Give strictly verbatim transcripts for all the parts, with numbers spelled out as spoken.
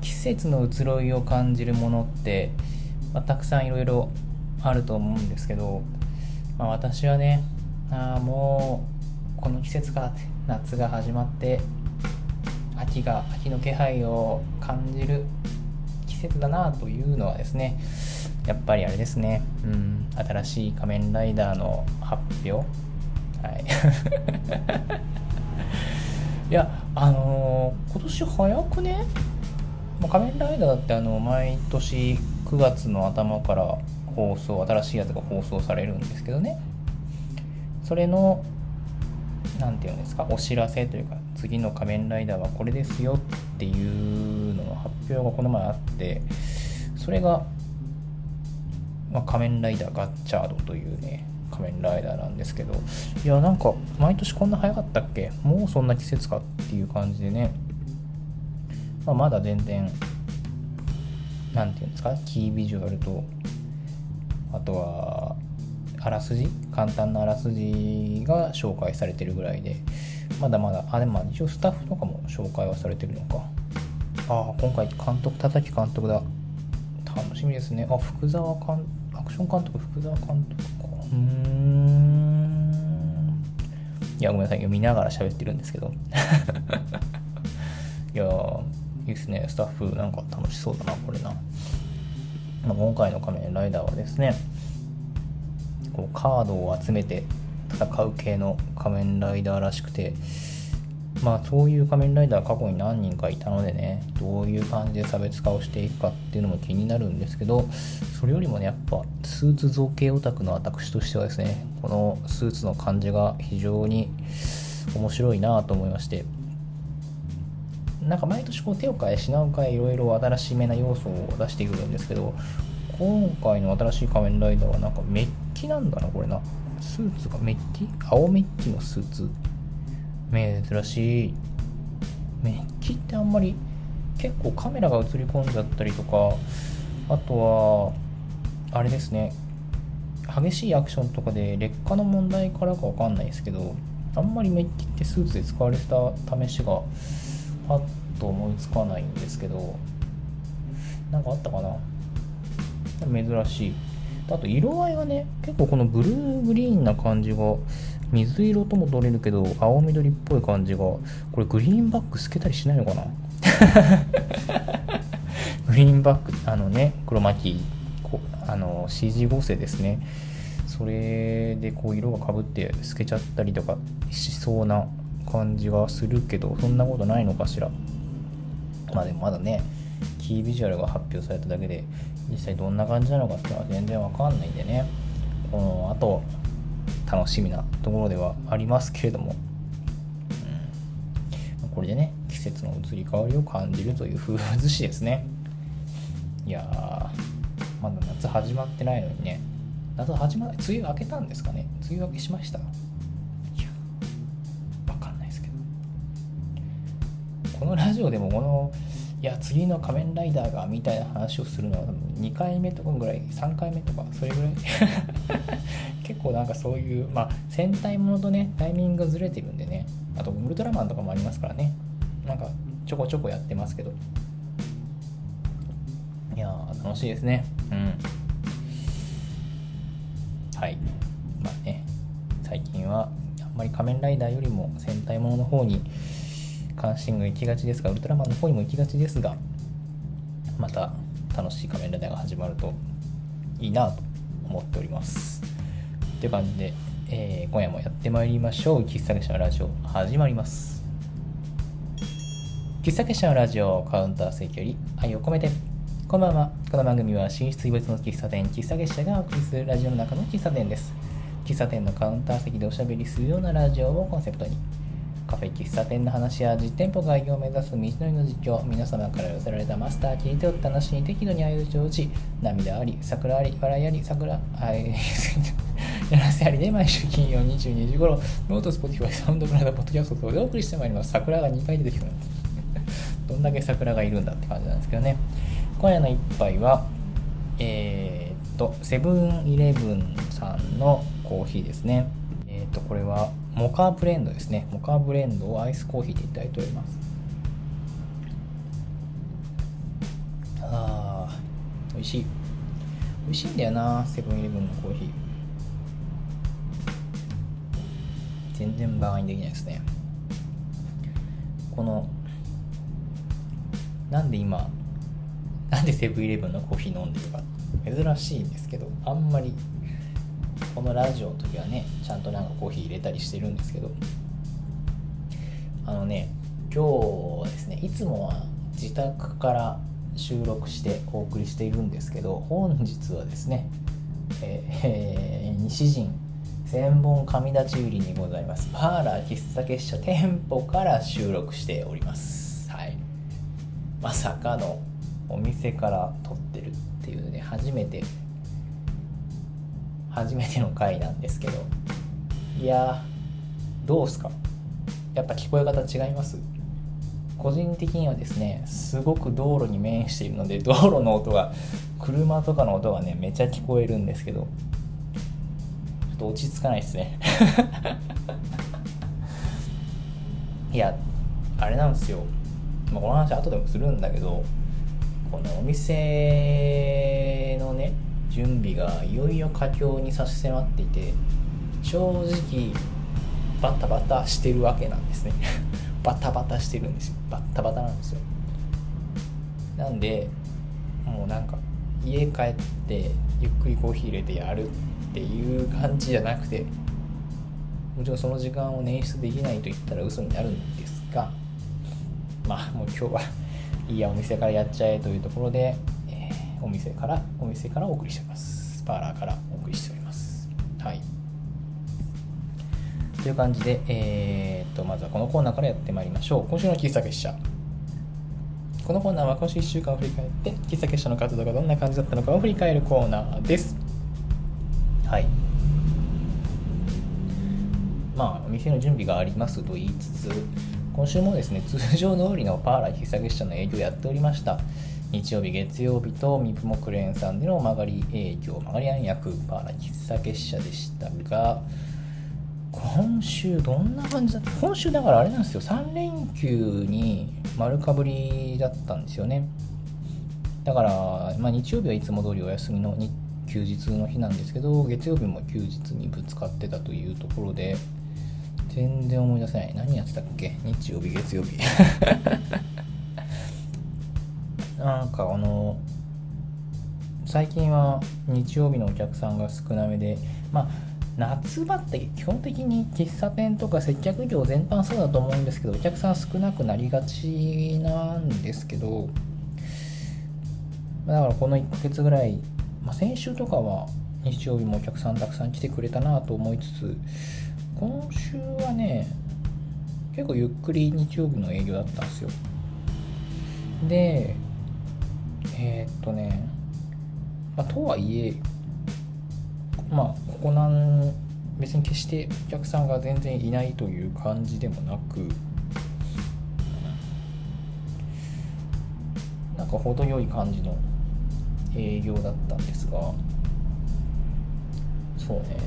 季節の移ろいを感じるものって、まあ、たくさんいろいろあると思うんですけど、まあ、私はね、あもうこの季節かって、夏が始まって秋が秋の気配を感じる季節だなというのはですね、やっぱりあれですね、うん、新しい仮面ライダーの発表、はい。いや、あのー、今年早くね、仮面ライダーってあの毎年くがつの頭から放送、新しいやつが放送されるんですけどね、それのなんていうんですか、お知らせというか、次の仮面ライダーはこれですよっていうのの発表がこの前あって、それが、まあ、仮面ライダーガッチャードというね仮面ライダーなんですけど、いやなんか毎年こんな早かったっけ、もうそんな季節かっていう感じでね、まあ、まだ全然なんていうんですか、キービジュアルと、あとはあらすじ、簡単なあらすじが紹介されてるぐらいで、まだまだ、あ、でも一応スタッフとかも紹介はされてるのか。ああ、今回監督、田崎監督だ。楽しみですね。あ、福沢監、アクション監督、福沢監督か。うーん。いや、ごめんなさい。読みながら喋ってるんですけど。いやー、いいですね。スタッフなんか楽しそうだな、これな。まあ、今回の仮面ライダーはですね、こうカードを集めて戦う系の仮面ライダーらしくて、まあそういう仮面ライダー過去に何人かいたのでね、どういう感じで差別化をしていくかっていうのも気になるんですけど、それよりもね、やっぱスーツ造形オタクの私としてはですね、このスーツの感じが非常に面白いなと思いまして、なんか毎年こう手を変え品を変えいろいろ新しめな要素を出してくるんですけど、今回の新しい仮面ライダーはなんかメッキなんだな、これな。スーツがメッキ、青メッキのスーツ、珍しい。メッキってあんまり、結構カメラが映り込んじゃったりとか、あとはあれですね、激しいアクションとかで劣化の問題からかわかんないですけど、あんまりメッキってスーツで使われてた試しがパッと思いつかないんですけど、なんかあったかな。珍しい。あと色合いがね、結構このブルーグリーンな感じが水色とも取れるけど青緑っぽい感じが、これグリーンバック透けたりしないのかな。グリーンバック、あのね、クロマキー、あの シージー 合成ですね。それでこう色がかぶって透けちゃったりとかしそうな感じがするけど、そんなことないのかしら。まあでもまだね、キービジュアルが発表されただけで実際どんな感じなのかっていうのは全然わかんないんでね、この後楽しみなところではありますけれども、うん、これでね季節の移り変わりを感じるという風物詩ですね。いやー、まだ夏始まってないのにね、夏始ま梅雨明けたんですかね。梅雨明けしました？いや、わかんないですけど、このラジオでもこのいや次の仮面ライダーがみたいな話をするのはにかいめとかぐらい、さんかいめとかそれぐらい結構なんかそういうまあ戦隊ものとねタイミングがずれてるんでね、あとウルトラマンとかもありますからね、なんかちょこちょこやってますけど、いやー楽しいですね。うん、はい。まあね、最近はあんまり仮面ライダーよりも戦隊ものの方に関心が行きがちですが、ウルトラマンの方にも行きがちですが、また楽しい仮面ライダーが始まるといいなと思っております。という感じで、えー、今夜もやってまいりましょう。喫茶結社のラジオ始まります。喫茶結社のラジオカウンター席より愛を込めて。こんばんは。この番組は寝室異物の喫茶店喫茶結社がお送りするラジオの中の喫茶店です。喫茶店のカウンター席でおしゃべりするようなラジオをコンセプトに、カフェ喫茶店の話や実店舗開業を目指す道のりの実況、皆様から寄せられたマスター聞いておった話に適度に相打ちを打ち、涙あり桜あり笑いあり桜ありやらせありで毎週金曜にじゅうにじ頃ノート、スポティファイ、サウンドクラウド、ポッドキャストでお送りしてまいります。桜がにかい出てきたんですどんだけ桜がいるんだって感じなんですけどね。今夜の一杯はえー、っとセブンイレブンさんのコーヒーですね。えー、っとこれはモカブレンドですね。モカブレンドをアイスコーヒーでいただいております。 美味しい美味しいんだよな、セブンイレブンのコーヒー。全然バカにできないですね。このなんで今なんでセブンイレブンのコーヒー飲んでるか珍しいんですけど、あんまりこのラジオの時はねちゃんとなんかコーヒー入れたりしてるんですけど、あのね今日はですね、いつもは自宅から収録してお送りしているんですけど、本日はですね、えー、西陣千本神立ち売りにございますパーラー喫茶結社店舗から収録しております。はい、まさかのお店から撮ってるっていうね、初めて初めての回なんですけど、いやーどうすか、やっぱ聞こえ方違います？個人的にはですね、すごく道路に面しているので、道路の音が、車とかの音がねめっちゃ聞こえるんですけど、ちょっと落ち着かないですねいやあれなんですよ、まあ、この話後でもするんだけど、このお店のね準備がいよいよ佳境に差し迫っていて、正直バタバタしてるわけなんですねバタバタしてるんですよ。バッタバタなんですよ。なんでもうなんか家帰ってゆっくりコーヒー入れてやるっていう感じじゃなくて、もちろんその時間を捻出できないと言ったら嘘になるんですが、まあもう今日はいいや、お店からやっちゃえというところで、えー、お店からお店からお送りしております。パーラーからお送りしております。はい、という感じで、えー、っとまずはこのコーナーからやってまいりましょう。今週の喫茶結社。このコーナーは今週いっしゅうかんを振り返って喫茶結社の活動がどんな感じだったのかを振り返るコーナーです。はい、まあお店の準備がありますと言いつつ、今週もですね通常通りのパーラー喫茶結社の営業をやっておりました。日曜日月曜日とミプモクレーンさんでの曲がり営業、曲がり暗躍パーラー喫茶結社でしたが、今週どんな感じだった？今週だからあれなんですよ、さん連休に丸かぶりだったんですよね。だから、まあ、日曜日はいつも通りお休みの休日の日なんですけど、月曜日も休日にぶつかってたというところで、全然思い出せない。何やってたっけ？日曜日月曜日なんかあの最近は日曜日のお客さんが少なめで、まあ夏場って基本的に喫茶店とか接客業全般そうだと思うんですけど、お客さん少なくなりがちなんですけど、だからこのいっかげつぐらい、まあ、先週とかは日曜日もお客さんたくさん来てくれたなと思いつつ、今週はね結構ゆっくり日曜日の営業だったんですよ。でえー、っとね、まあ、とはいえまあここなん別に決してお客さんが全然いないという感じでもなく、なんか程よい感じの営業だったんですが、そうね、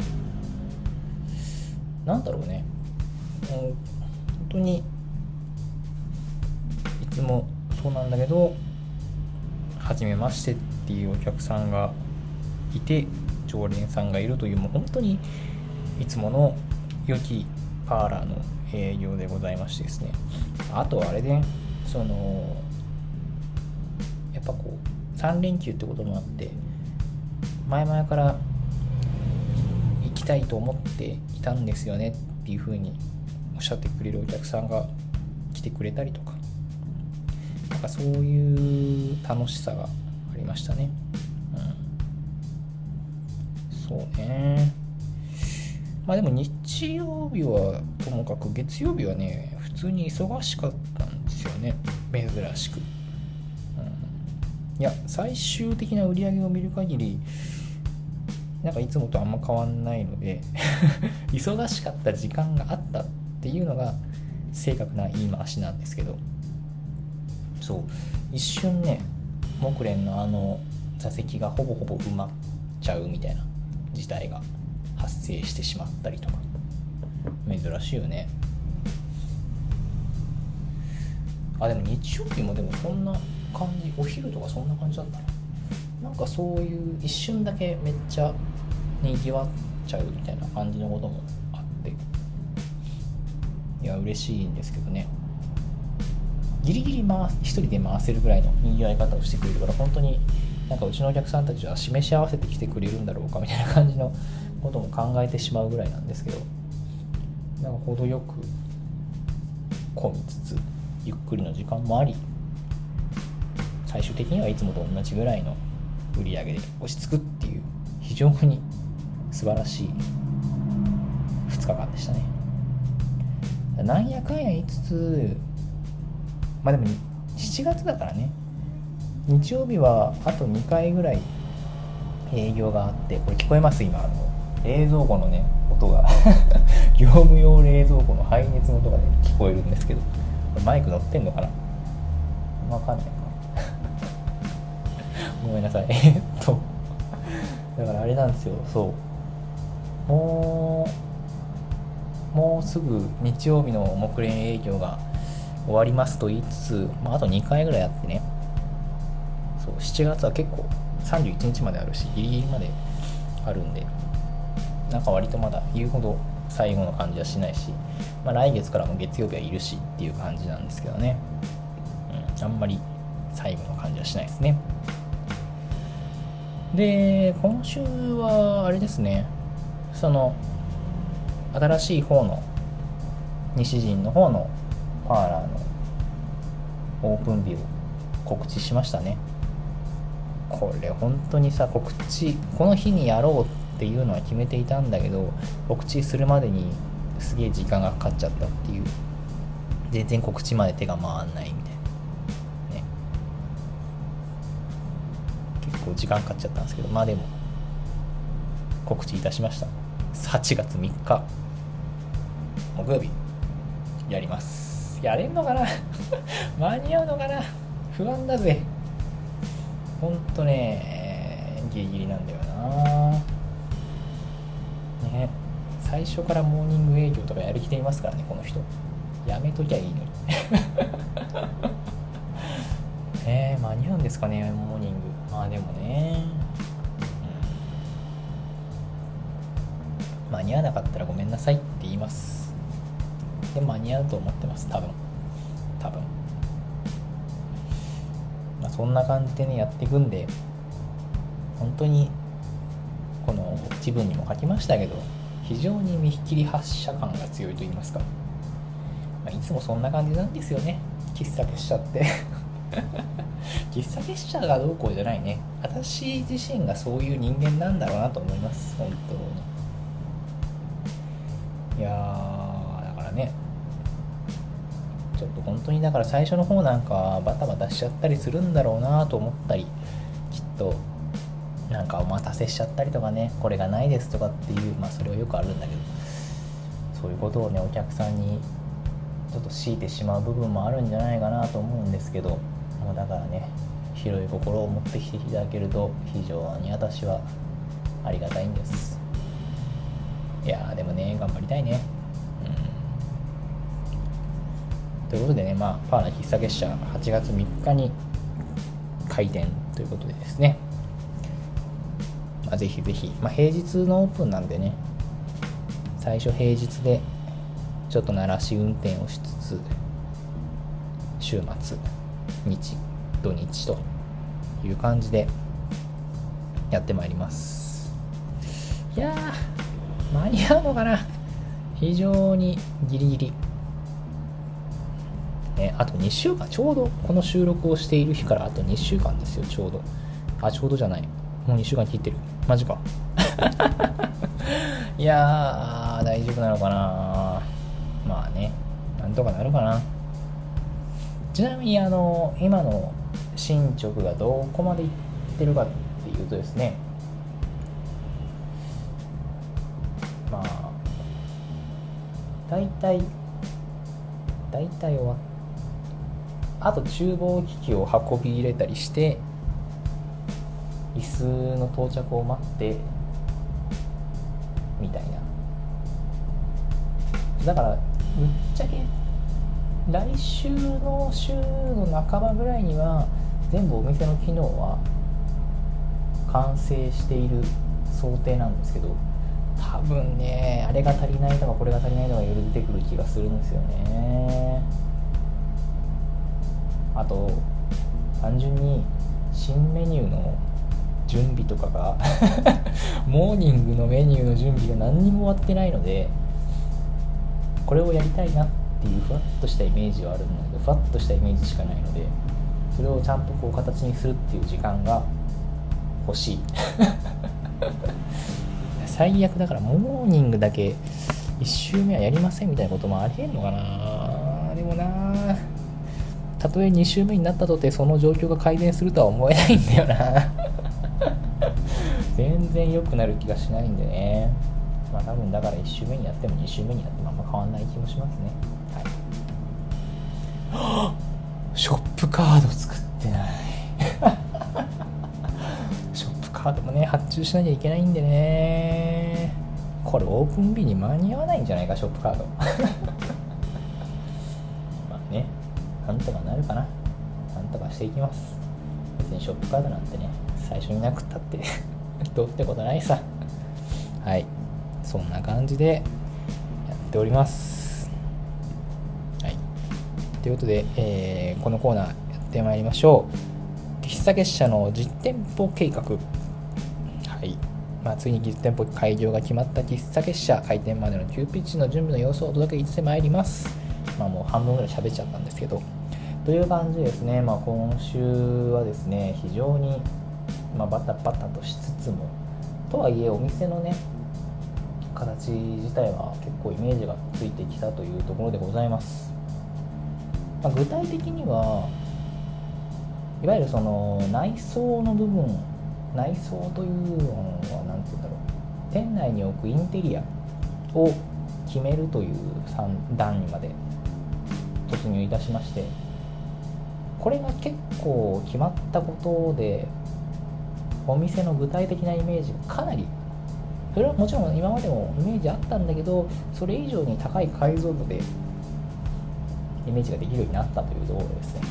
なんだろうね、本当にいつもそうなんだけど、初めましてっていうお客さんがいて、常連さんがいるという、もう本当にいつもの良きパーラーの営業でございましてですね。あとはあれで、そのやっぱこうさん連休ってこともあって、前々から行きたいと思っていたんですよねっていう風におっしゃってくれるお客さんが来てくれたりとか、なんかそういう楽しさがありましたね。そうね。まあでも日曜日はともかく、月曜日はね普通に忙しかったんですよね、珍しく。うん、いや最終的な売り上げを見る限りなんかいつもとあんま変わんないので忙しかった時間があったっていうのが正確な言い回しなんですけど、そう一瞬ね木蓮のあの座席がほぼほぼ埋まっちゃうみたいな事態が発生してしまったりとか、珍しいよね。あでも日曜日もでもそんな感じ、お昼とかそんな感じだったな。 なんかそういう一瞬だけめっちゃにぎわっちゃうみたいな感じのこともあって、いや嬉しいんですけどね。ギリギリ回す一人で回せるぐらいのにぎわい方をしてくれるから、本当になんかうちのお客さんたちは示し合わせてきてくれるんだろうかみたいな感じのことも考えてしまうぐらいなんですけど、なんか程よく混みつつゆっくりの時間もあり、最終的にはいつもと同じぐらいの売り上げで落ち着くっていう非常に素晴らしいふつかかんでしたね。なんやかんや言いつつ、まあでもしちがつだからね、日曜日はあとにかいぐらい営業があって、これ聞こえます今、あの冷蔵庫のね音が業務用冷蔵庫の排熱の音がね聞こえるんですけど、マイク乗ってんのかな、わかんないかごめんなさいえっとだからあれなんですよ、そうもうもうすぐ日曜日の木蓮営業が終わりますと言いつつ、まあ、あとにかいぐらいあってね、そうしちがつは結構さんじゅういちにちまであるし、ギリギリまであるんで、なんか割とまだ言うほど最後の感じはしないし、まあ、来月からも月曜日はいるしっていう感じなんですけどね、うん、あんまり最後の感じはしないですね。で今週はあれですね、その新しい方の西陣の方のパーラーのオープン日を告知しましたね。これ本当にさ、告知この日にやろうっていうのは決めていたんだけど、告知するまでにすげえ時間がかかっちゃったっていう、全然告知まで手が回んないみたいなね、結構時間かかっちゃったんですけど、まあでも告知いたしました。はちがつみっか木曜日やります。やれんのかな間に合うのかな、不安だぜほんとね、ギリギリなんだよなね。最初からモーニング営業とかやる気でいますからね、この人。やめときゃいいのにえー、間に合うんですかね、モーニング。まあでもね、うん、間に合わなかったらごめんなさいって言います。で間に合うと思ってます、多分多分、まあ、そんな感じでねやっていくんで、本当にこの自分にも書きましたけど、非常に見切り発車感が強いと言いますか、まあ、いつもそんな感じなんですよね、喫茶結社って喫茶結社がどうこうじゃないね、私自身がそういう人間なんだろうなと思います、本当に。いやーだからね、ちょっと本当にだから最初の方なんかバタバタしちゃったりするんだろうなと思ったり、きっとなんかお待たせしちゃったりとかね、これがないですとかっていう、まあそれはよくあるんだけど、そういうことをねお客さんにちょっと強いてしまう部分もあるんじゃないかなと思うんですけど、もうだからね、広い心を持ってきていただけると非常に私はありがたいんです。いやーでもね、頑張りたいね。ということでね、まあ、パーラー喫茶結社はちがつみっかに開店ということでですね、まあ、ぜひぜひ、まあ、平日のオープンなんでね、最初平日でちょっと鳴らし運転をしつつ、週末、日、土日という感じでやってまいります。いやー、間に合うのかな、非常にギリギリ。ね、あとにしゅうかん、ちょうどこの収録をしている日からあとにしゅうかんですよ、ちょうど。あ、ちょうどじゃない。もうにしゅうかん切ってる。マジか。いやー、大丈夫なのかな。まあね、なんとかなるかな。ちなみに、あの、今の進捗がどこまでいってるかっていうとですね、まあ、大体、大体終わって、あと厨房機器を運び入れたりして、椅子の到着を待ってみたいな。だからぶっちゃけ来週の週の半ばぐらいには全部お店の機能は完成している想定なんですけど、多分ねあれが足りないとかこれが足りないとかいろいろ出てくる気がするんですよね。あと単純に新メニューの準備とかがモーニングのメニューの準備が何にも終わってないので、これをやりたいなっていうふわっとしたイメージはあるんだけど、ふわっとしたイメージしかないので、それをちゃんとこう形にするっていう時間が欲しい最悪だからモーニングだけいっ週目はやりませんみたいなこともありえんのかな。でもな、たとえに週目になったとてその状況が改善するとは思えないんだよな全然良くなる気がしないんでね。まあ多分だからいっ週目にやってもに週目にやってもあんま変わんない気もしますね。はい、ショップカード作ってないショップカードもね発注しなきゃいけないんでね、これオープン日に間に合わないんじゃないかショップカードまあね、なんとかなるかな、なんとかしていきます。別にショップカードなんてね最初になくったってどうってことないさ。はい、そんな感じでやっております。はい、ということで、えー、このコーナーやってまいりましょう。喫茶結社の実店舗計画。はい、まあ、ついに実店舗開業が決まった喫茶結社、開店までの急ピッチの準備の様子をお届けしてまいります。まあもう半分ぐらい喋っちゃったんですけど、という感じですね。まあ今週はですね非常に、まあ、バタバタとしつつも、とはいえお店のね形自体は結構イメージがついてきたというところでございます。まあ、具体的にはいわゆるその内装の部分、内装というのは何て言うんだろう、店内に置くインテリアを決めるという段にまで突入いたしまして、これが結構決まったことでお店の具体的なイメージがかなり、それはもちろん今までもイメージあったんだけど、それ以上に高い解像度でイメージができるようになったというところですね。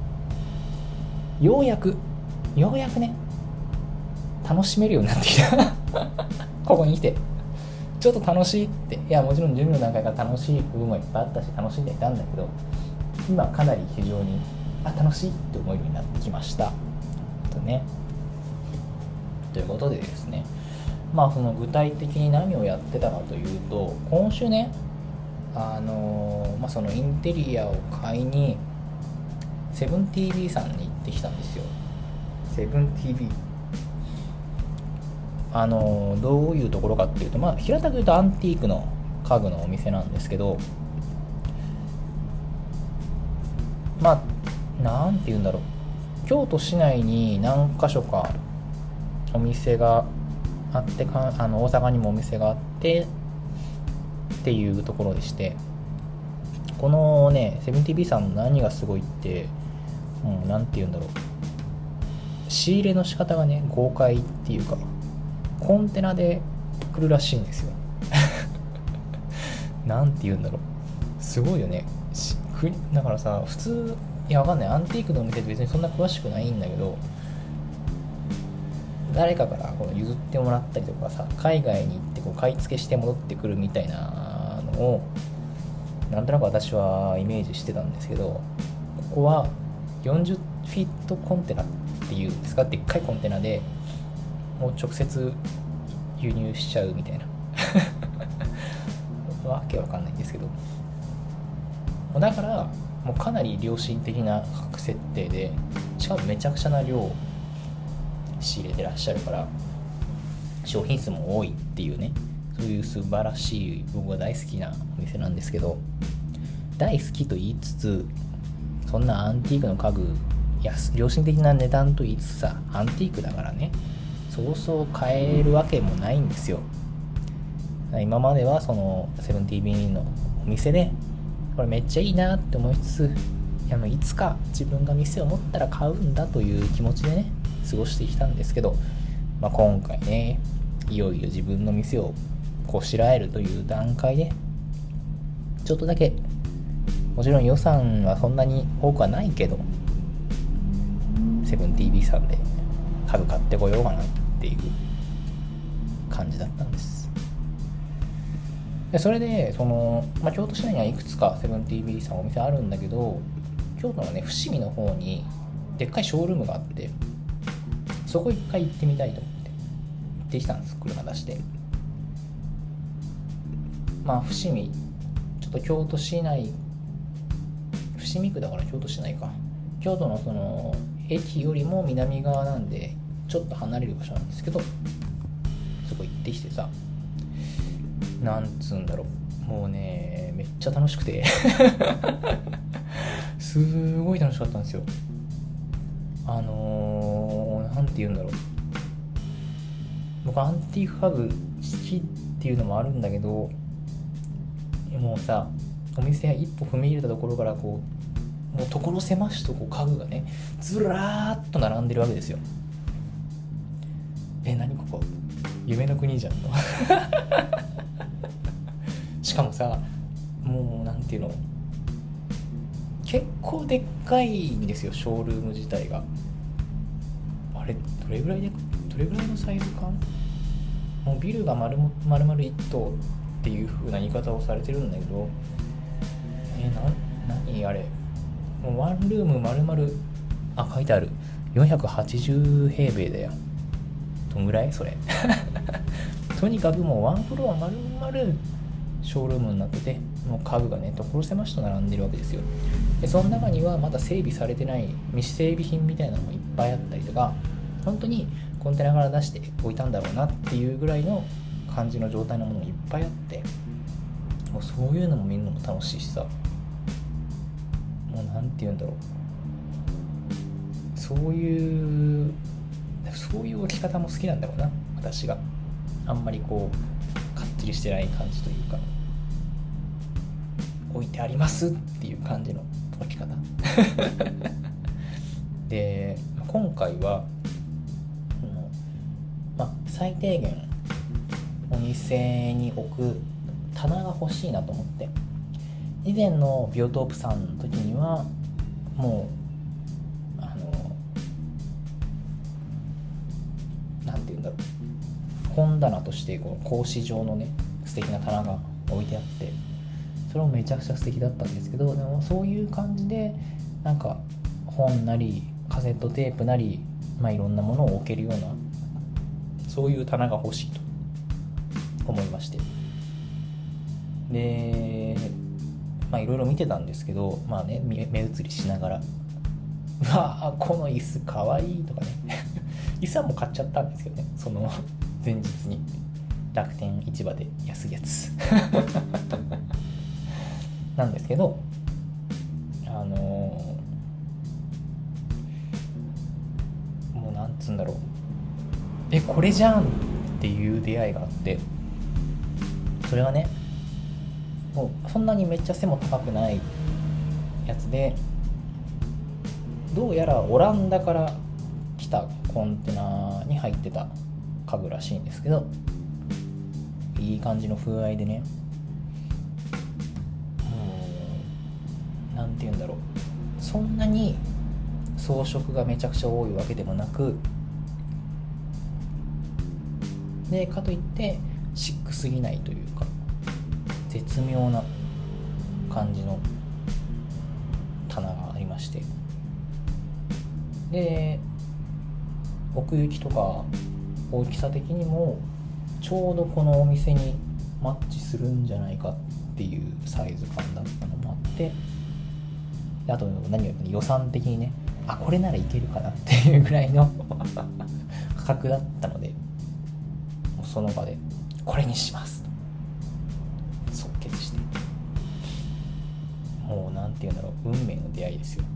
ようやくようやくね楽しめるようになってきたここに来てちょっと楽しいって、いやもちろん準備の段階から楽しい部分もいっぱいあったし楽しんでいたんだけど、今かなり非常にあ楽しいって思えるようになってきましたとね。ということでですね、まあその具体的に何をやってたかというと、今週ねあのー、まあそのインテリアを買いにセブンティービー さんに行ってきたんですよ。セブンティービー、あのー、どういうところかっていうと、まあ平たく言うとアンティークの家具のお店なんですけど、まあなんて言うんだろう、京都市内に何か所かお店があってか、あの大阪にもお店があってっていうところでして、このねセブンティービー さんの何がすごいって、うん、なんて言うんだろう、仕入れの仕方がね豪快っていうか、コンテナで来るらしいんですよなんて言うんだろう、すごいよね。だからさ、普通いやわかんない、アンティークのお店って別にそんな詳しくないんだけど、誰かからこう譲ってもらったりとかさ、海外に行ってこう買い付けして戻ってくるみたいなのをなんとなく私はイメージしてたんですけど、ここはよんじゅうフィートコンテナっていうんですか、でっかいコンテナでもう直接輸入しちゃうみたいなわけわかんないんですけど、だからもうかなり良心的な価格設定で、しかもめちゃくちゃな量仕入れてらっしゃるから商品数も多いっていうね、そういう素晴らしい、僕が大好きなお店なんですけど、大好きと言いつつそんなアンティークの家具安良心的な値段と言いつつさ、アンティークだからねそうそう買えるわけもないんですよ。今まではそのセブンティービーのお店でこれめっちゃいいなって思いつつ、いやもういつか自分が店を持ったら買うんだという気持ちでね過ごしてきたんですけど、まあ、今回ねいよいよ自分の店をこしらえるという段階でちょっとだけ、もちろん予算はそんなに多くはないけどセブンティービー さんで家具買ってこようかなっっていう感じだったんです。でそれでその、まあ、京都市内にはいくつかセブンティービーさんお店あるんだけど、京都のね伏見の方にでっかいショールームがあって、そこ一回行ってみたいと思って行ってきたんです、車出して。まあ伏見ちょっと京都市内、伏見区だから京都市内か、京都のその駅よりも南側なんでちょっと離れる場所なんですけど、そこ行ってきてさ、なんつうんだろう、もうねめっちゃ楽しくてすごい楽しかったんですよ。あのー、なんて言うんだろう、僕アンティーク家具好きっていうのもあるんだけど、もうさお店一歩踏み入れたところからこうもう所狭しとこう家具がねずらーっと並んでるわけですよ。え、何ここ夢の国じゃんとしかもさ、もうなんていうの、結構でっかいんですよ、ショールーム自体が。あれどれぐらいでどれぐらいのサイズ感、もうビルが丸も丸々一棟っていう風な言い方をされてるんだけど、えな何あれ、もうワンルーム丸々、あ書いてあるよんひゃくはちじゅう平米だよ。どんぐらいそれとにかくもうワンフロア丸々ショールームになってて、もう家具がね所狭しと並んでるわけですよ。でその中にはまだ整備されてない未整備品みたいなのもいっぱいあったりとか、本当にコンテナから出して置いたんだろうなっていうぐらいの感じの状態のものもいっぱいあって、もうそういうのも見るのも楽しいしさ、もうなんて言うんだろう、そういうそういう置き方も好きなんだろうな、私が。あんまりこうかっちりしてない感じというか、置いてありますっていう感じの置き方で今回は、まあ、最低限お店に置く棚が欲しいなと思って、以前のビオトープさんの時にはもうあのなんていうんだろう、本棚としてこの格子状のね素敵な棚が置いてあって、それもめちゃくちゃ素敵だったんですけど、でもそういう感じでなんか本なりカセットテープなり、まあ、いろんなものを置けるようなそういう棚が欲しいと思いまして、でまあいろいろ見てたんですけど、まあね目移りしながら、うわーこの椅子かわいいとかね椅子はもう買っちゃったんですよね、その前日に楽天市場で安いやつなんですけど、あのー、もうなんつうんだろう、えこれじゃんっていう出会いがあって、それはねもうそんなにめっちゃ背も高くないやつで、どうやらオランダから来たコンテナに入ってた家具らしいんですけど、いい感じの風合いでね、もうなんて言うんだろう、そんなに装飾がめちゃくちゃ多いわけでもなく、でかといってシックすぎないというか、絶妙な感じの棚がありまして、で奥行きとか大きさ的にもちょうどこのお店にマッチするんじゃないかっていうサイズ感だったのもあって、あと何より予算的にね、あこれならいけるかなっていうぐらいの価格だったので、その場でこれにしますと即決して、もうなんていうんだろう、運命の出会いですよ。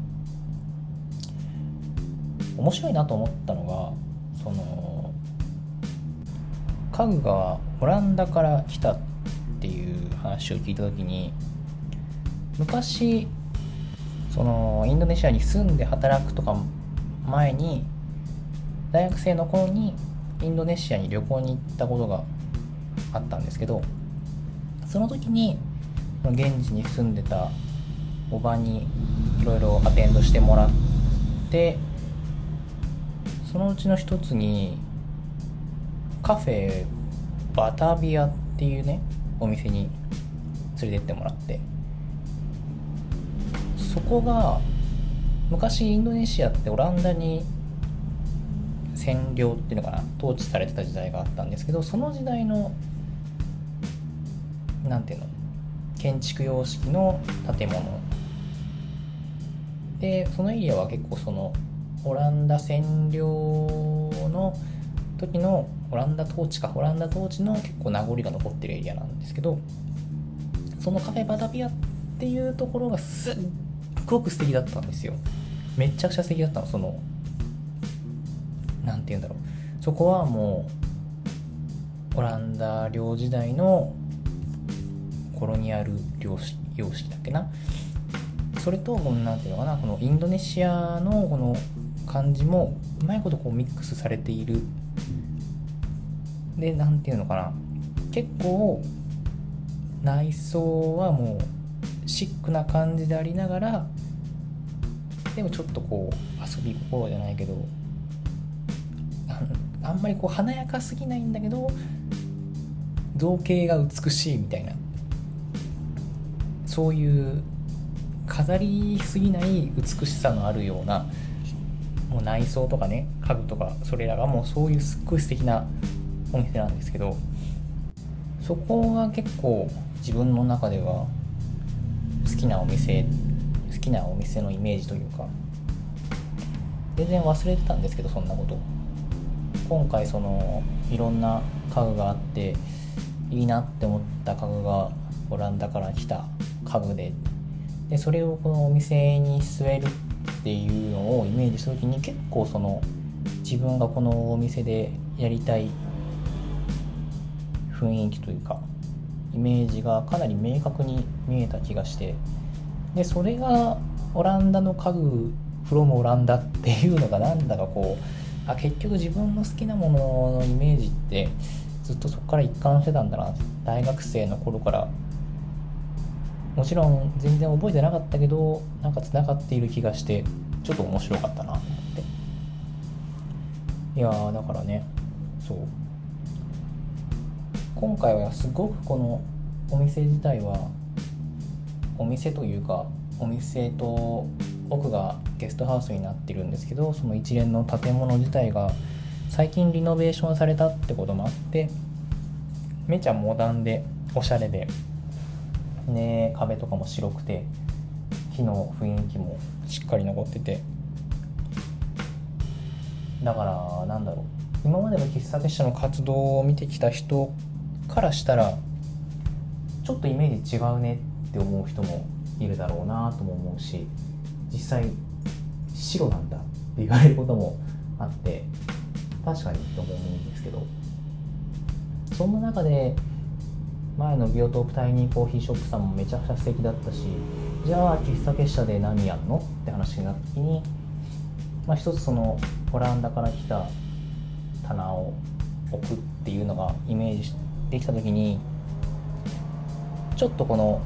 面白いなと思ったのが、その家具がオランダから来たっていう話を聞いた時に、昔そのインドネシアに住んで働くとか前に大学生の頃にインドネシアに旅行に行ったことがあったんですけど、その時に現地に住んでたおばにいろいろアテンドしてもらって、そのうちの一つにカフェバタビアっていうねお店に連れてってもらって、そこが昔インドネシアってオランダに占領っていうのかな、統治されてた時代があったんですけど、その時代のなんていうの建築様式の建物で、そのエリアは結構そのオランダ占領の時のオランダ統治かオランダ統治の結構名残が残ってるエリアなんですけど、そのカフェバタビアっていうところがすっごく素敵だったんですよ。めちゃくちゃ素敵だったの。そのなんて言うんだろう、そこはもうオランダ領時代のコロニアル様式だっけな、それとなんていうのかな、このインドネシアのこの感じもうまいことこうミックスされている。で、なんていうのかな、結構内装はもうシックな感じでありながら、でもちょっとこう遊び心じゃないけど、あんまりこう華やかすぎないんだけど造形が美しいみたいな、そういう飾りすぎない美しさのあるような、もう内装とかね家具とかそれらがもうそういうすっごい素敵なお店なんですけど、そこが結構自分の中では好きなお店好きなお店のイメージというか、全然忘れてたんですけど、そんなこと今回そのいろんな家具があっていいなって思った家具がオランダから来た家具で、でそれをこのお店に据えるっていうのをイメージした時に、結構その自分がこのお店でやりたい雰囲気というかイメージがかなり明確に見えた気がして、でそれがオランダの家具フロムオランダっていうのがなんだかこう、あ結局自分の好きなもののイメージってずっとそこから一貫してたんだな、大学生の頃からもちろん全然覚えてなかったけどなんかつながっている気がして、ちょっと面白かったなと思って。いやーだからね、そう今回はすごくこのお店自体は、お店というかお店と奥がゲストハウスになってるんですけど、その一連の建物自体が最近リノベーションされたってこともあって、めちゃモダンでおしゃれでね、壁とかも白くて木の雰囲気もしっかり残ってて、だからなんだろう、今までの喫茶店の活動を見てきた人からしたらちょっとイメージ違うねって思う人もいるだろうなとも思うし、実際白なんだって言われることもあって確かにとも思うんですけど、そんな中で前のビオトープタイニーコーヒーショップさんもめちゃくちゃ素敵だったし、じゃあ喫茶結社で何やんのって話になった時に、まあ、一つそのオランダから来た棚を置くっていうのがイメージできた時に、ちょっとこの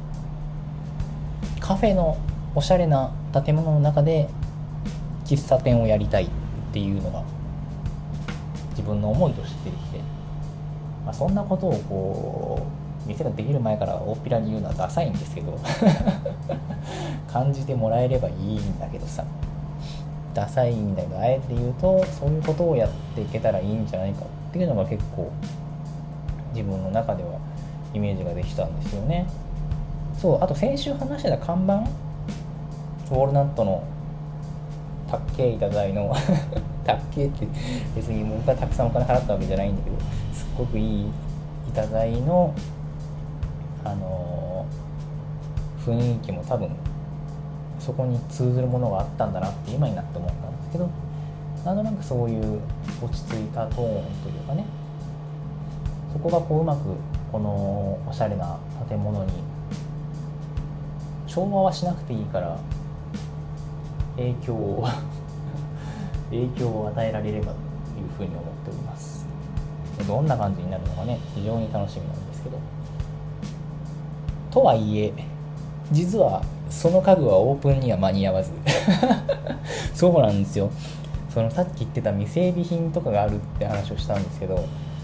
カフェのおしゃれな建物の中で喫茶店をやりたいっていうのが自分の思いとしてできて、まあ、そんなことをこう店ができる前から大っぴらに言うのはダサいんですけど感じてもらえればいいんだけどさ、ダサいんだけどあえて言うとそういうことをやっていけたらいいんじゃないかっていうのが結構自分の中ではイメージができたんですよね。そう、あと先週話してた看板、ウォールナットのたっけい板材のたっけって別に僕がたくさんお金払ったわけじゃないんだけど、すっごくいい板材のあのー、雰囲気も多分そこに通ずるものがあったんだなって今になって思ったんですけど、なんとなくそういう落ち着いたトーンというかね、そこがこううまくこのおしゃれな建物に調和はしなくていいから影響を影響を与えられればというふうに思っております。どんな感じになるのかね、非常に楽しみなんですけど、とはいえ実はその家具はオープンには間に合わずそうなんですよ。そのさっき言ってた未整備品とかがあるって話をしたんですけど、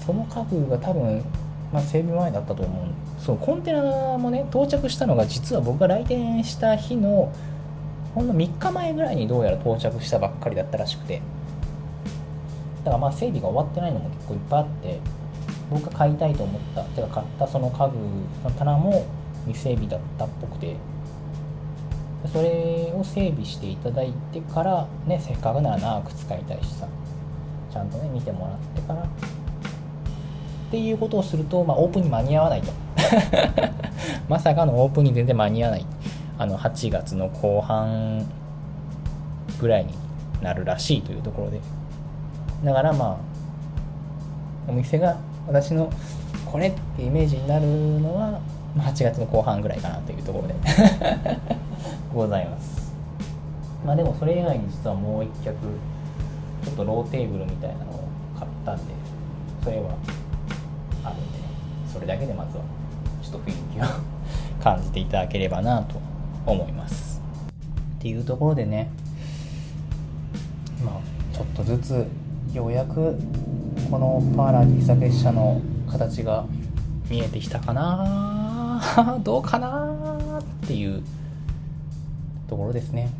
その家具が多分、まあ、整備前だったと思う。そうコンテナもね到着したのが実は僕が来店した日のほんのみっかまえぐらいにどうやら到着したばっかりだったらしくて、だからまあ整備が終わってないのも結構いっぱいあって、僕が買いたいと思ったてか買ったその家具の棚も未整備だったっぽくて、それを整備していただいてからね、せっかくなら長く使いたいしさ、ちゃんとね見てもらってからっていうことをすると、まあ、オープンに間に合わないとまさかのオープンに全然間に合わない、あのはちがつの後半ぐらいになるらしいというところで、だからまあお店が私のこれってイメージになるのははちがつの後半ぐらいかなというところでございます。まあでもそれ以外に実はもう一脚ちょっとローテーブルみたいなのを買ったんで、それはあるんで、ね、それだけでまずはちょっと雰囲気を感じていただければなと思いますっていうところでね、まあちょっとずつようやくこのパーラー喫茶結社の形が見えてきたかなどうかなっていうところですね。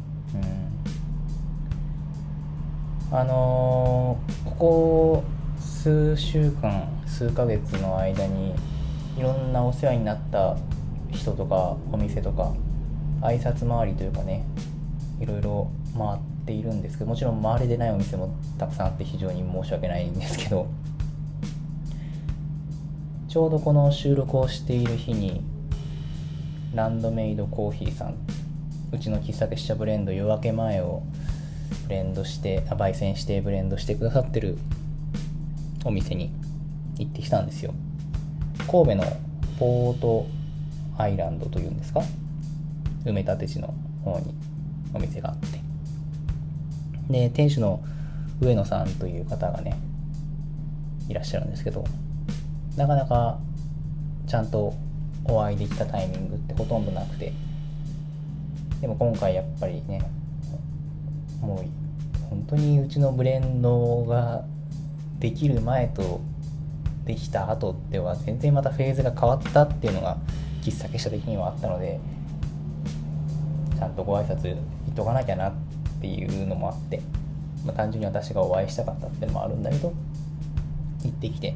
うん、あのー、ここ数週間数ヶ月の間にいろんなお世話になった人とかお店とか挨拶回りというかね、いろいろ回っているんですけど、もちろん回れでないお店もたくさんあって非常に申し訳ないんですけど、ちょうどこの収録をしている日にランドメイドコーヒーさん、うちの喫茶結社ブレンド夜明け前をブレンドして焙煎してブレンドしてくださってるお店に行ってきたんですよ。神戸のポートアイランドというんですか、埋め立て地の方にお店があって、で店主の上野さんという方がねいらっしゃるんですけど、なかなかちゃんとお会いできたタイミングってほとんどなくて、でも今回やっぱりね、もう本当にうちのブレンドができる前とできた後では全然またフェーズが変わったっていうのが喫茶結社的にはあったので、ちゃんとご挨拶言っとかなきゃなっていうのもあって、まあ、単純に私がお会いしたかったっていうのもあるんだけど行ってきて、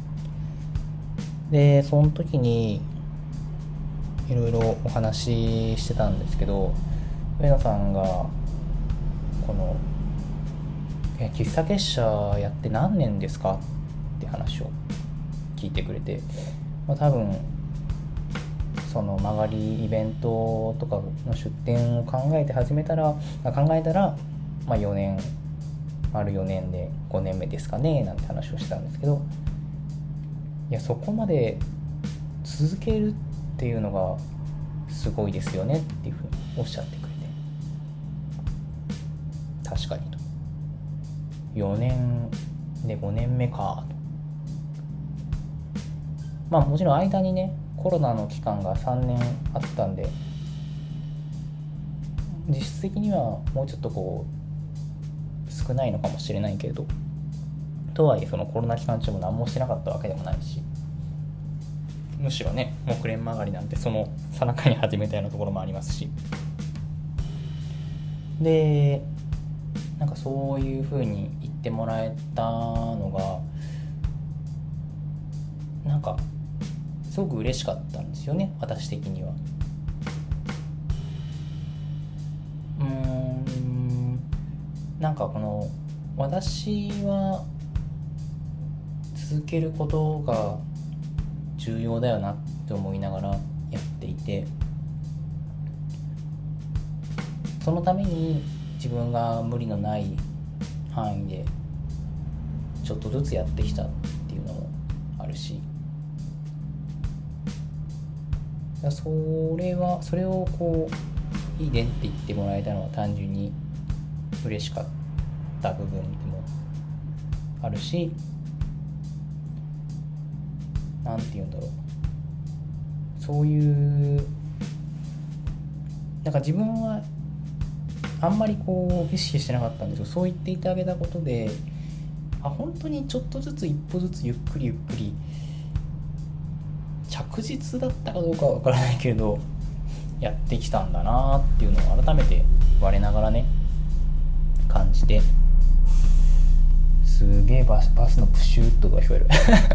でその時にいろいろお話ししてたんですけど、上野さんがこのえ喫茶結社やって何年ですかって話を聞いてくれて、まあ、多分その曲がりイベントとかの出店を考えて始めたら考えたら、まあ、よねん丸よねんでごねんめですかねなんて話をしてたんですけど、いやそこまで続けるっていうのがすごいですよねっていうふうにおっしゃってくれて、確かにと、よねんでごねんめかと。まあもちろん間にねコロナの期間がさんねんあったんで、実質的にはもうちょっとこう少ないのかもしれないけれど、とはいえそのコロナ期間中も何もしてなかったわけでもないし、むしろね木蓮曲がりなんてその最中に始めたようなところもありますし、でなんかそういう風に言ってもらえたのがなんかすごく嬉しかったんですよね、私的には。うーんなんかこの私は続けることが重要だよなって思いながらやっていて、そのために自分が無理のない範囲でちょっとずつやってきたっていうのもあるし、それはそれをこういいねって言ってもらえたのは単純に嬉しかった部分でもあるし、なんて言うんだろう、そういうなんか自分はあんまりこう意識してなかったんですけど、そう言っていただけたことであ本当にちょっとずつ一歩ずつゆっくりゆっくり着実だったかどうかは分からないけれどやってきたんだなっていうのを改めて我ながらね感じて、すげえバス、バスのプシューッとが聞こえる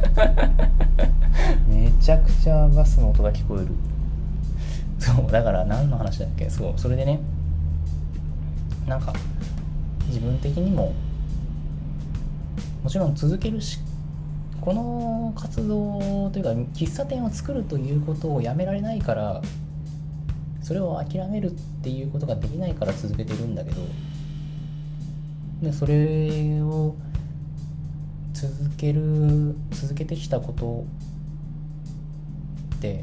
めちゃくちゃバスの音が聞こえる。そうだから何の話だっけ。そうそれでね、なんか自分的にももちろん続けるし、この活動というか喫茶店を作るということをやめられないから、それを諦めるっていうことができないから続けてるんだけど、でそれを続ける続けてきたことって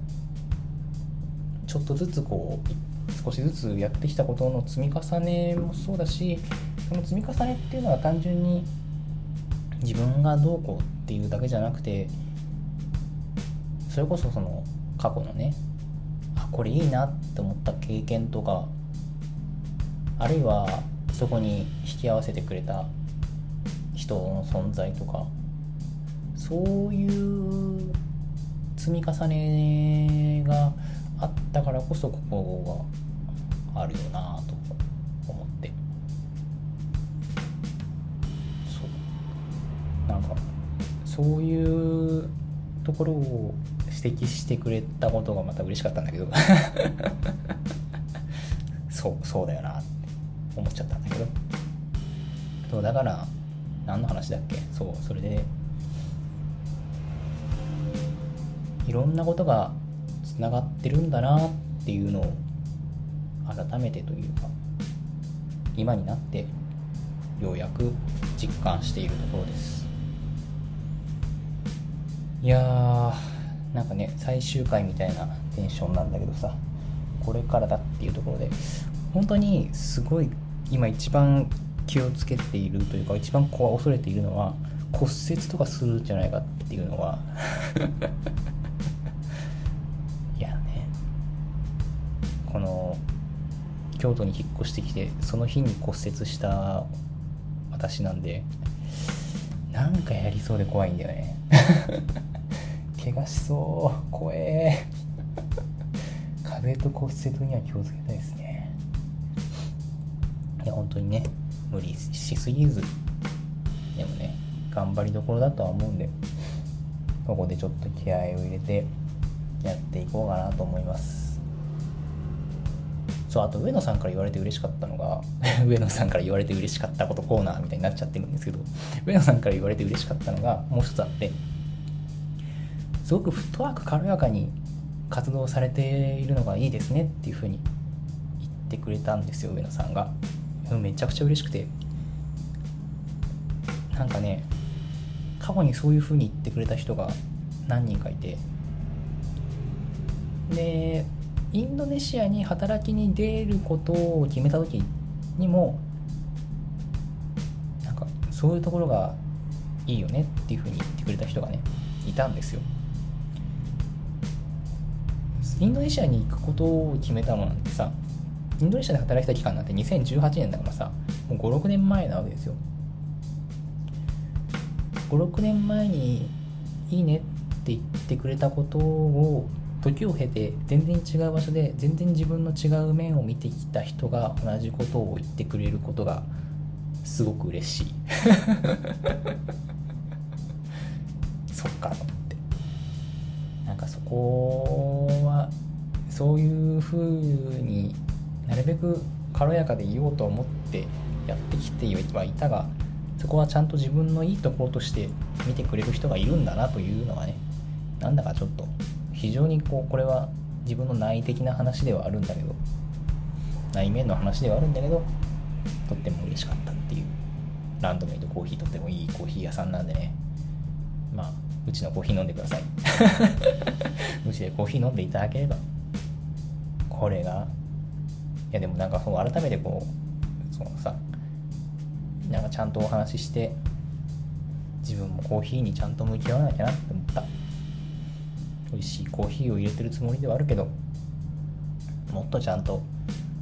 ちょっとずつこう少しずつやってきたことの積み重ねもそうだし、その積み重ねっていうのは単純に自分がどうこうっていうだけじゃなくて、それこそその過去のね、あこれいいなって思った経験とか、あるいはそこに引き合わせてくれた人の存在とか、そういう積み重ねがあったからこそここがあるよなと思って、そうなんかそういうところを指摘してくれたことがまた嬉しかったんだけどそうそうだよなって思っちゃったんだけど、そうだから何の話だっけ。そうそれでいろんなことがつながってるんだなっていうのを改めてというか今になってようやく実感しているところです。いやーなんかね最終回みたいなテンションなんだけどさ、これからだっていうところで本当にすごい今一番気をつけているというか一番こう恐れているのは骨折とかするんじゃないかっていうのはいやね、この京都に引っ越してきてその日に骨折した私なんで、なんかやりそうで怖いんだよね怪我しそう怖え風邪と骨折には気をつけたいですね。いや本当にね無理しすぎず、でもね頑張りどころだとは思うんで、ここでちょっと気合を入れてやっていこうかなと思います。そうあと上野さんから言われて嬉しかったのが上野さんから言われて嬉しかったことコーナーみたいになっちゃってるんですけど、上野さんから言われて嬉しかったのがもう一つあって、すごくフットワーク軽やかに活動されているのがいいですねっていう風に言ってくれたんですよ、上野さんが。めちゃくちゃ嬉しくて、なんかね過去にそういう風に言ってくれた人が何人かいて、でインドネシアに働きに出ることを決めた時にもなんかそういうところがいいよねっていう風に言ってくれた人がねいたんですよ。インドネシアに行くことを決めたのなんてさ、インドネシアで働いた期間なんてにせんじゅうはちねんだからさ、もうごろくねんまえなわけですよ。ごろくねんまえにいいねって言ってくれたことを時を経て全然違う場所で全然自分の違う面を見てきた人が同じことを言ってくれることがすごく嬉しいそっかと思って、なんかそこはそういう風になるべく軽やかでいようと思ってやってきてはいたが、そこはちゃんと自分のいいところとして見てくれる人がいるんだなというのはね、なんだかちょっと非常にこうこれは自分の内的な話ではあるんだけど、内面の話ではあるんだけど、とっても嬉しかったっていう。ランドメイドコーヒーとってもいいコーヒー屋さんなんでね、まあうちのコーヒー飲んでくださいうちでコーヒー飲んでいただければ、これがいやでもなんかそう改めてこうそのさ、なんかちゃんとお話しして自分もコーヒーにちゃんと向き合わなきゃなって思った。美味しいコーヒーを入れてるつもりではあるけど、もっとちゃんと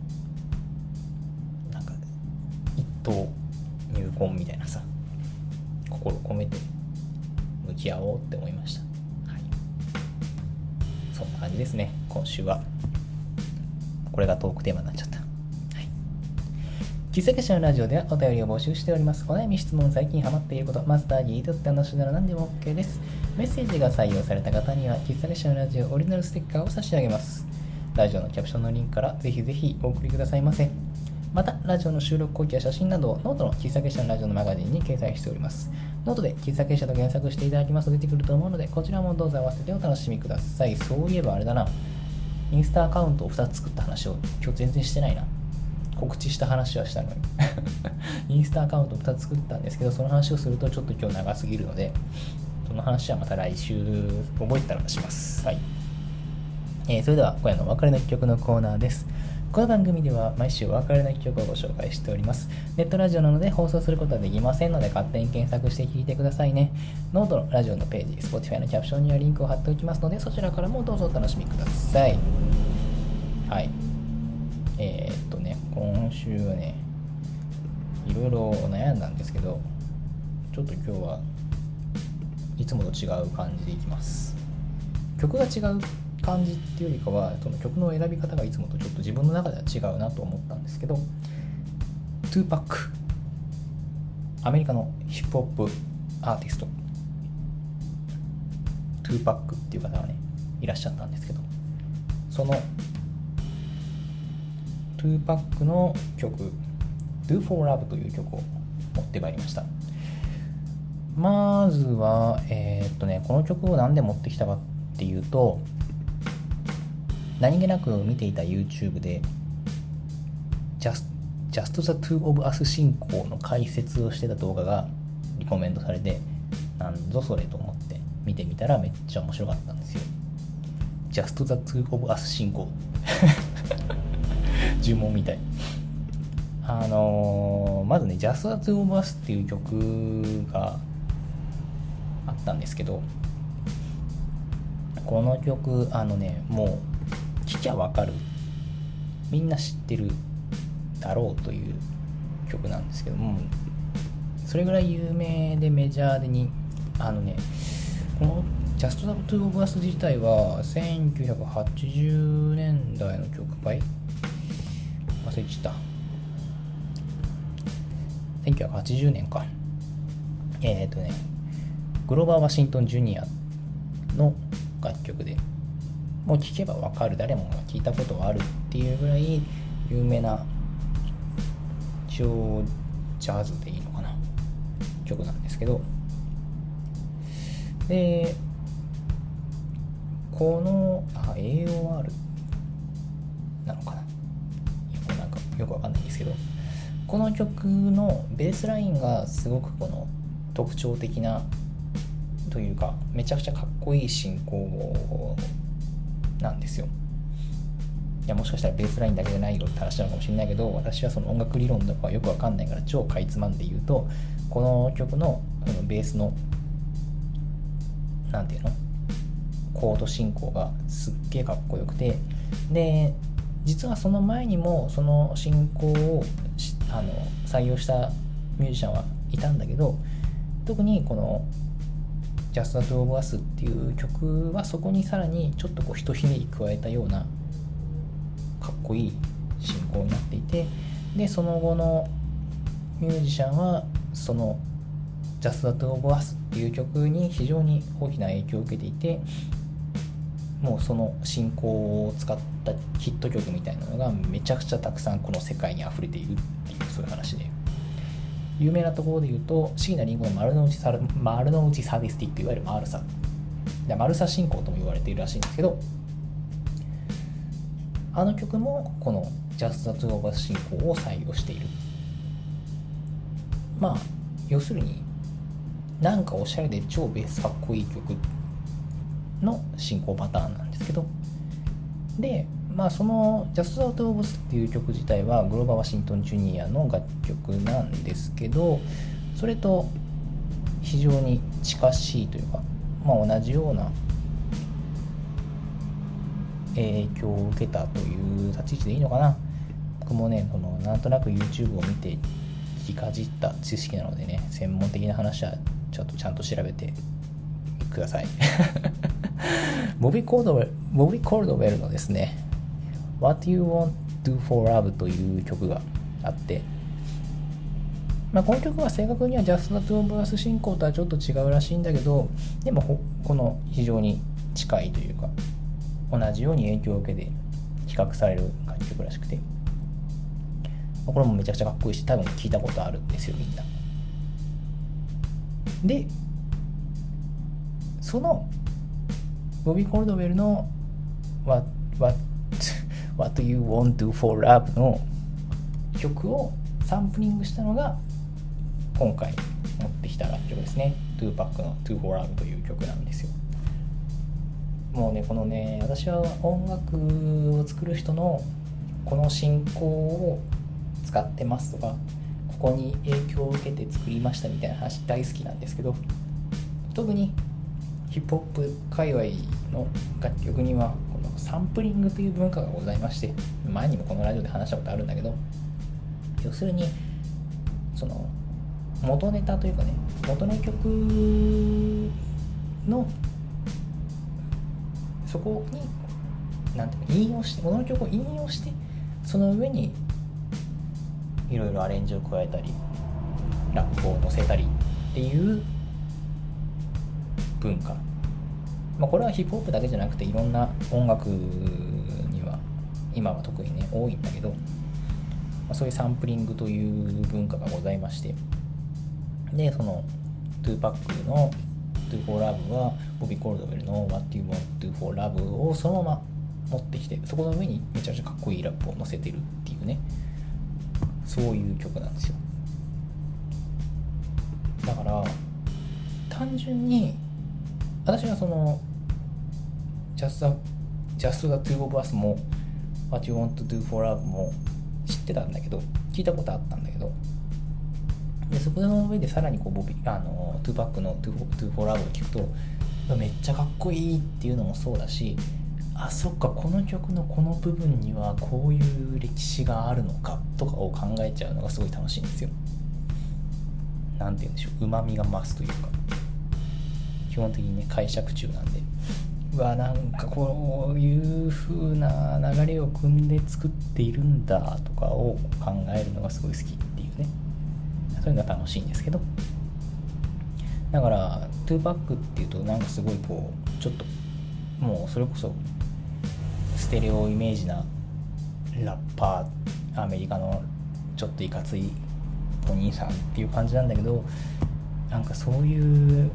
なんか一等入魂みたいなさ、 心込めて向き合おうって思いました。はい、そんな感じですね。今週はこれがトークテーマになっちゃった。喫茶結社のラジオではお便りを募集しております。お悩み、質問、最近ハマっていること、マスターにとって話なら何でも OK です。メッセージが採用された方には喫茶結社のラジオオリジナルステッカーを差し上げます。ラジオのキャプションのリンクからぜひぜひお送りくださいませ。また、ラジオの収録後期や写真などをノートの喫茶結社のラジオのマガジンに掲載しております。ノートで喫茶結社と検索していただきますと出てくると思うので、こちらもどうぞ合わせてお楽しみください。そういえばあれだな、インスタアカウントをふたつ作った話を今日全然してないな。告知した話はしたのにインスタアカウントふたつ作ったんですけど、その話をするとちょっと今日長すぎるので、その話はまた来週覚えてたらします。はい、えー、それでは今夜のお別れの一曲のコーナーです。この番組では毎週お別れの一曲をご紹介しております。ネットラジオなので放送することはできませんので、勝手に検索して聴いてくださいね。ノートのラジオのページ、Spotify のキャプションにはリンクを貼っておきますので、そちらからもどうぞお楽しみください。はい、えー、っとね今週はねいろいろ悩んだんですけど、ちょっと今日はいつもと違う感じでいきます。曲が違う感じっていうよりかは、その曲の選び方がいつもとちょっと自分の中では違うなと思ったんですけど、トゥーパック、アメリカのヒップホップアーティストトゥーパックっていう方がねいらっしゃったんですけど、そのトゥーパックの曲 Do for Love という曲を持ってまいりました。まずはえー、っとねこの曲を何で持ってきたかっていうと、何気なく見ていた YouTube で Just, Just the Two of Us 進行の解説をしてた動画がリコメンドされて、なんぞそれと思って見てみたらめっちゃ面白かったんですよ。 Just the Two of Us 進行呪文みたい。あのー、まずね Just the Two of Us っていう曲があったんですけど、この曲あのねもう聴きゃわかる、みんな知ってるだろうという曲なんですけども、それぐらい有名でメジャーでにあのねこの Just the Two of Us 自体はせんきゅうひゃくはちじゅうねんだいの曲かい忘れちゃったせんきゅうひゃくはちじゅうねんかえっ、ー、とねグローバー・ワシントン・ジュニアの楽曲で、もう聴けばわかる、誰もが聞いたことがあるっていうぐらい有名な一応ジャズでいいのかな曲なんですけど、でこのあ エーオーアール なのかな、なんかよくわかんないんですけど、この曲のベースラインがすごくこの特徴的なというか、めちゃくちゃかっこいい進行なんですよ。いやもしかしたらベースラインだけじゃないよって話なのかもしれないけど、私はその音楽理論とかよくわかんないから超かいつまんで言うと、この曲のベースのなんていうのコード進行がすっげえかっこよくて、で実はその前にもその進行をあの採用したミュージシャンはいたんだけど、特にこのJust the Two of Us っていう曲はそこにさらにちょっとこうひとひねり加えたようなかっこいい進行になっていて、でその後のミュージシャンはその Just the Two of Us っていう曲に非常に大きな影響を受けていて、もうその進行を使ったヒット曲みたいなのがめちゃくちゃたくさんこの世界に溢れているっていう、そういう話で、有名なところで言うと椎名林檎の丸の内サル丸の内サディスティック、いわゆるマルサでマルサ進行とも言われているらしいんですけど、あの曲もこの Just the Two of Us 進行を採用している。まあ要するになんかおしゃれで超ベースかっこいい曲の進行パターンなんですけど、でまあその Just the Two of Us っていう曲自体はグローバー・ワシントン・ジュニアの楽曲なんですけど、それと非常に近しいというか、まあ同じような影響を受けたという立ち位置でいいのかな。僕もねそのなんとなく YouTube を見て聞きかじった知識なのでね、専門的な話はちょっとちゃんと調べてくださいボビー・コードウェルボビー・コードウェルのですね What You Want to For Love という曲があって、まあ、この曲は正確には Just the Two of Us 進行とはちょっと違うらしいんだけど、でもこの非常に近いというか同じように影響を受けて比較される楽曲らしくて、これもめちゃくちゃかっこいいし、多分聞いたことあるんですよみんな。でそのボビー・コールドウェルの What, What, What You Want to For Love の曲をサンプリングしたのが今回持ってきた楽曲ですね。トゥーパックの To For Love という曲なんですよ。もうねこのね、私は音楽を作る人のこの進行を使ってますとか、ここに影響を受けて作りましたみたいな話大好きなんですけど、特にヒップホップ界隈の楽曲にはこのサンプリングという文化がございまして、前にもこのラジオで話したことあるんだけど、要するにその元ネタというかね、元の曲のそこになんていうか引用して、元の曲を引用して、その上にいろいろアレンジを加えたりラップを乗せたりっていう文化、まあ、これはヒップホップだけじゃなくていろんな音楽には今は特にね多いんだけど、まあ、そういうサンプリングという文化がございまして、でそのトゥーパックの To For Love はボビー・コールドウェルの What You Want to For Love をそのまま持ってきて、そこの上にめちゃくちゃかっこいいラップを乗せてるっていうね、そういう曲なんですよ。だから単純に私はその Just the, Just the Two of Us も What You Want to Do For Love も知ってたんだけど、聞いたことあったんだけど、でそこの上でさらにこうボビあのトゥーパックの To For Love を聞くとめっちゃかっこいいっていうのもそうだし、あ、そっか、この曲のこの部分にはこういう歴史があるのかとかを考えちゃうのがすごい楽しいんですよ。なんて言うんでしょう、旨味が増すというか、基本的にね解釈中なんで、うわ、なんかこういう風な流れを組んで作っているんだとかを考えるのがすごい好きっていうね、そういうのが楽しいんですけど、だからトゥーパックっていうとなんかすごいこうちょっともうそれこそステレオイメージなラッパー、アメリカのちょっといかついお兄さんっていう感じなんだけど、なんかそういう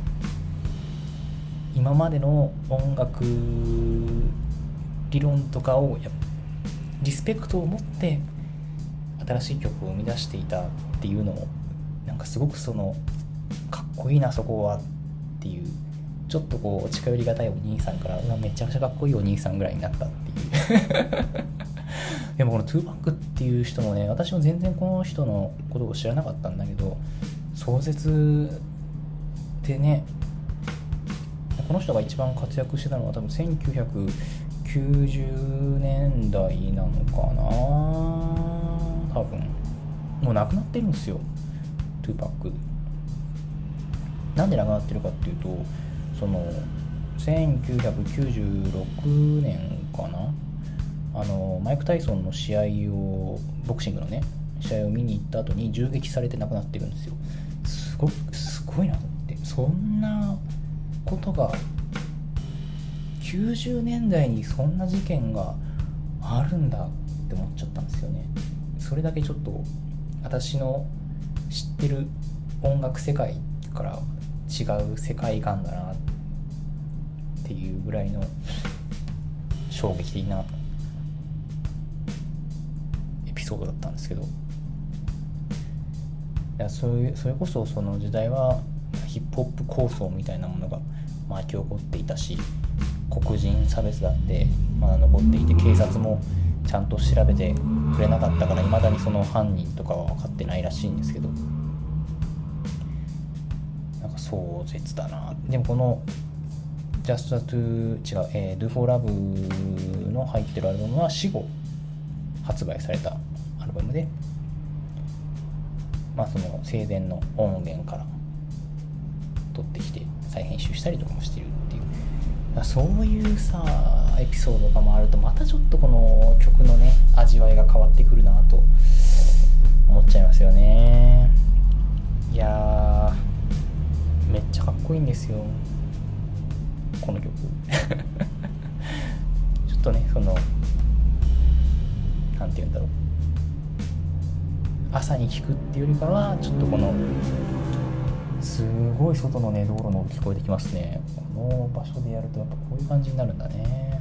今までの音楽理論とかをやリスペクトを持って新しい曲を生み出していたっていうのを、なんかすごくそのかっこいいなそこはっていう、ちょっとこう近寄りがたいお兄さんから、うわめちゃくちゃかっこいいお兄さんぐらいになったっていうでもこのトゥーパックっていう人もね、私も全然この人のことを知らなかったんだけど、壮絶でね、この人が一番活躍してたのは多分せんきゅうひゃくきゅうじゅうねんだいなのかな、多分もう亡くなってるんですよ、トゥーパック。なんで亡くなってるかっていうと、そのせんきゅうひゃくきゅうじゅうろくねんかな、あのマイク・タイソンの試合を、ボクシングのね試合を見に行った後に銃撃されて亡くなってるんですよ。すごくすごいなと思って、そんなことがきゅうじゅうねんだいにそんな事件があるんだって思っちゃったんですよね。それだけちょっと私の知ってる音楽世界から違う世界観だなっていうぐらいの衝撃的なエピソードだったんですけど、いや、それ、それこそその時代はヒップホップ構想みたいなものが巻き起こっていたし、黒人差別だってまだ残っていて、警察もちゃんと調べてくれなかったから、未だにその犯人とかは分かってないらしいんですけど、なんか壮絶だな。でもこの Just to 違う、えー、Do For Love の入ってるアルバムは死後発売されたアルバムで、 まあその生前の音源から撮ってきて再編集したりとかもしてるっていう、そういうさエピソードがもあるとまたちょっとこの曲のね味わいが変わってくるなと思っちゃいますよね。いやーめっちゃかっこいいんですよこの曲ちょっとねそのなんて言うんだろう、朝に聴くっていうよりかはちょっとこのすごい外のね道路の音聞こえてきますね。この場所でやるとやっぱこういう感じになるんだね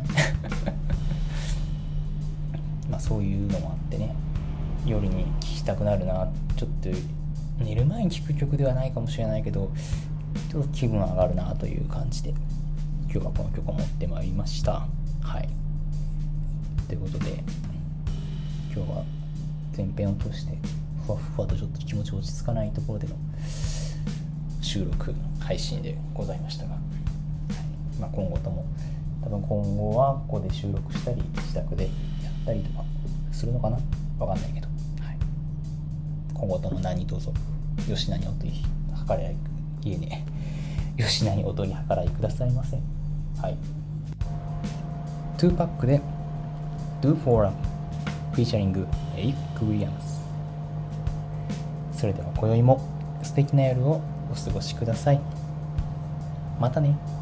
まあそういうのもあってね、夜に聴きたくなるな、ちょっと寝る前に聴く曲ではないかもしれないけどちょっと気分上がるなという感じで今日はこの曲を持ってまいりました。はい、ということで今日は前編を通してふわふわとちょっと気持ち落ち着かないところでの収録配信でございましたが、はい、まあ、今後とも多分今後はここで収録したり自宅でやったりとかするのかな、わかんないけど、はい、今後とも何卒よしなにお取り計らいいえねよしなにお取り計らいくださいませ。はい、ツーパックで Do for Love フィーチャリングエリック・ウィリアムス。それでは今宵も素敵な夜をお過ごしください。またね。